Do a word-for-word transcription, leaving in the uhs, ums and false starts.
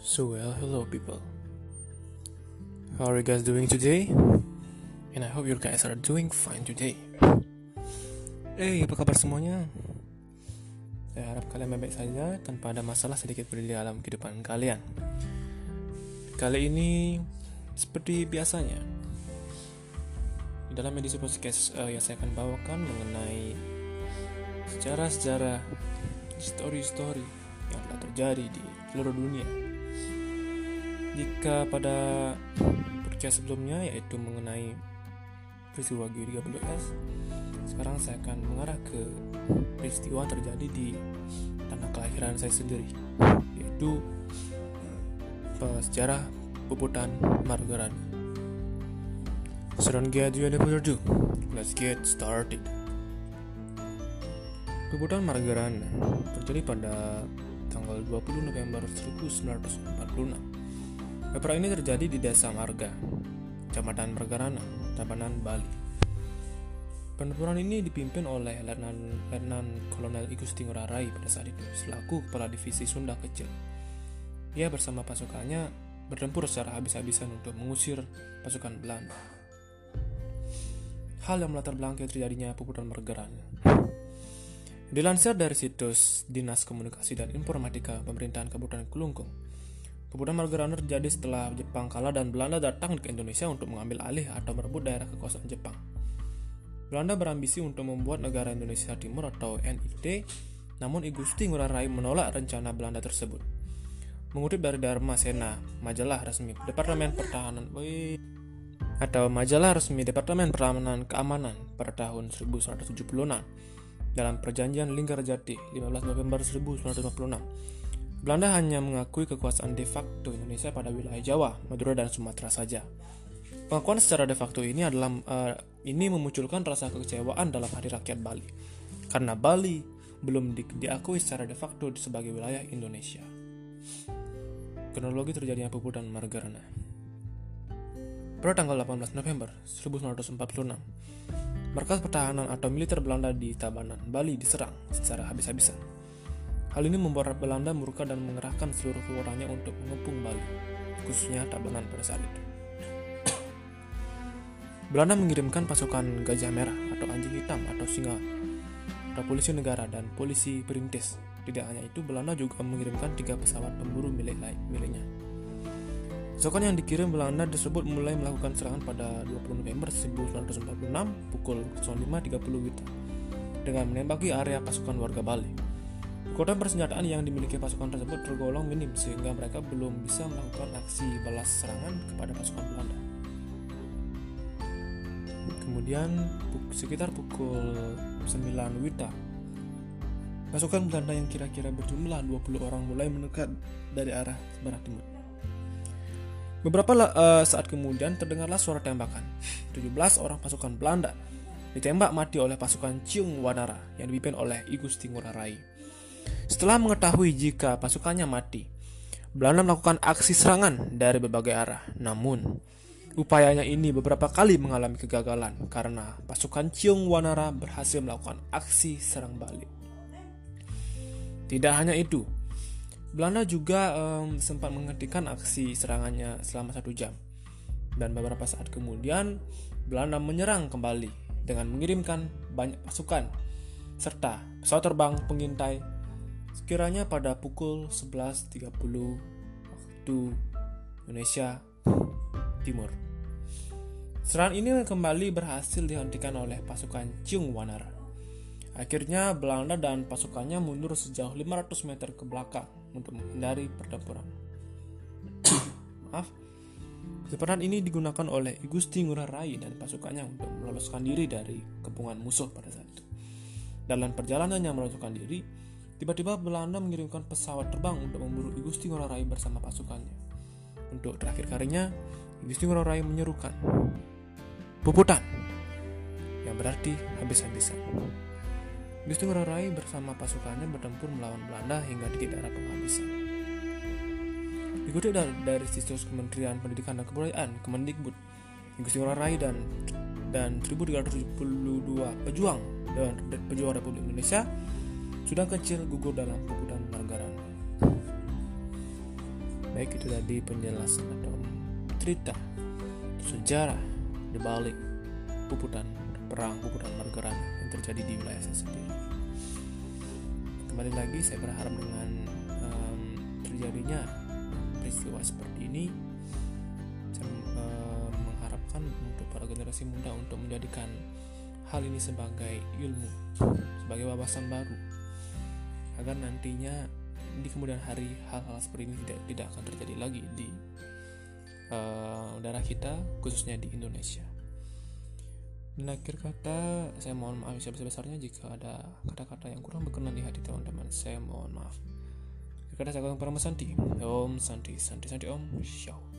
So well, hello people. How are you guys doing today? And I hope you guys are doing fine today. Hey, apa kabar semuanya? Saya harap kalian baik-baik saja tanpa ada masalah sedikit pun di dalam kehidupan kalian. Kali ini seperti biasanya, di dalam edisi podcast uh, yang saya akan bawakan mengenai sejarah-sejarah, story-story yang telah terjadi di seluruh dunia. Jika pada podcast sebelumnya yaitu mengenai peristiwa G tiga puluh S, sekarang saya akan mengarah ke peristiwa yang terjadi di tanah kelahiran saya sendiri, yaitu sejarah Puputan Margarana. So don't get any further ado, let's get started. Puputan Margarana terjadi pada tanggal dua puluh November seribu sembilan ratus empat puluh enam. Perang ini terjadi di Desa Marga, Kecamatan Margarana, Tabanan, Bali. Pertempuran ini dipimpin oleh Letnan, Letnan Kolonel I Gusti Ngurah Rai pada saat itu selaku Kepala Divisi Sunda Kecil. Ia bersama pasukannya bertempur secara habis-habisan untuk mengusir pasukan Belanda. Hal yang melatar belakangi terjadinya Puputan Margarana. Dilansir dari situs Dinas Komunikasi dan Informatika Pemerintahan Kabupaten Kelungkung, Puputan Margarana terjadi setelah Jepang kalah dan Belanda datang ke Indonesia untuk mengambil alih atau merebut daerah kekuasaan Jepang. Belanda berambisi untuk membuat negara Indonesia Timur atau N I T, namun I Gusti Ngurah Rai menolak rencana Belanda tersebut. Mengutip dari Dharma Sena, majalah resmi Departemen Pertahanan atau majalah resmi Departemen Pertahanan Keamanan pada tahun seribu sembilan ratus tujuh puluh enam, dalam Perjanjian Linggarjati lima belas November seribu sembilan ratus lima puluh enam, Belanda hanya mengakui kekuasaan de facto Indonesia pada wilayah Jawa, Madura, dan Sumatera saja. Pengakuan secara de facto ini adalah uh, ini memunculkan rasa kekecewaan dalam hati rakyat Bali, karena Bali belum di, diakui secara de facto sebagai wilayah Indonesia. Kronologi terjadinya Puputan Margarana. Pada tanggal delapan belas November seribu sembilan ratus empat puluh enam, markas pertahanan atau militer Belanda di Tabanan, Bali diserang secara habis-habisan. Hal ini membuat Belanda murka dan mengerahkan seluruh kekuatannya untuk mengepung Bali, khususnya Tabanan pada saat itu. Belanda mengirimkan pasukan Gajah Merah atau Anjing Hitam atau Singa atau polisi negara dan polisi perintis. Tidak hanya itu, Belanda juga mengirimkan tiga pesawat pemburu milik miliknya. Pasukan yang dikirim Belanda tersebut mulai melakukan serangan pada dua puluh November seribu sembilan ratus empat puluh enam pukul lima tiga puluh W I T A dengan menembaki area pasukan warga Bali. Kekuatan persenjataan yang dimiliki pasukan tersebut tergolong minim sehingga mereka belum bisa melakukan aksi balas serangan kepada pasukan Belanda. Kemudian sekitar pukul sembilan W I T A, pasukan Belanda yang kira-kira berjumlah dua puluh orang mulai mendekat dari arah barat timur. Beberapa uh, saat kemudian terdengarlah suara tembakan. tujuh belas orang pasukan Belanda ditembak mati oleh pasukan Ciung Wanara yang dipimpin oleh I Gusti Ngurah Rai. Setelah mengetahui jika pasukannya mati, Belanda melakukan aksi serangan dari berbagai arah. Namun, upayanya ini beberapa kali mengalami kegagalan karena pasukan Ciung Wanara berhasil melakukan aksi serang balik. Tidak hanya itu, Belanda juga um, sempat menghentikan aksi serangannya selama satu jam. Dan beberapa saat kemudian, Belanda menyerang kembali dengan mengirimkan banyak pasukan serta pesawat terbang pengintai sekiranya pada pukul sebelas tiga puluh waktu Indonesia Timur. Serangan ini kembali berhasil dihentikan oleh pasukan Ciung Wanara. Akhirnya Belanda dan pasukannya mundur sejauh lima ratus meter ke belakang untuk menghindari pertempuran. Maaf. Kesempatan ini digunakan oleh I Gusti Ngurah Rai dan pasukannya untuk meloloskan diri dari kepungan musuh pada saat itu. Dalam perjalanannya meloloskan diri, tiba-tiba Belanda mengirimkan pesawat terbang untuk memburu I Gusti Ngurah Rai bersama pasukannya. Untuk terakhir kalinya, I Gusti Ngurah Rai menyerukan Puputan, yang berarti habis-habisan. I Gusti Ngurah Rai bersama pasukannya bertempur melawan Belanda hingga di daerah penghabisan. Dikutip dari, dari situs Kementerian Pendidikan dan Kebudayaan Kemendikbud, I Gusti Ngurah Rai dan dan seribu tiga ratus tujuh puluh dua pejuang dan pejuang Republik Indonesia sudah kecil gugur dalam Puputan Margarana. Baik itu tadi penjelasan atau cerita sejarah di balik puputan perang puputan Margarana yang terjadi di wilayah saya sendiri. Kembali lagi saya berharap dengan um, terjadinya peristiwa seperti ini, saya um, mengharapkan untuk para generasi muda untuk menjadikan hal ini sebagai ilmu, sebagai wawasan baru, agar nantinya di kemudian hari hal-hal seperti ini tidak tidak akan terjadi lagi di uh, daerah kita, khususnya di Indonesia. Dan akhir kata, saya mohon maaf sebesar-besarnya jika ada kata-kata yang kurang berkenan di hati teman-teman. Saya mohon maaf. Akhir kata saya Kang Paramasanti. Om Santi, Santi, Santi Om. Syau.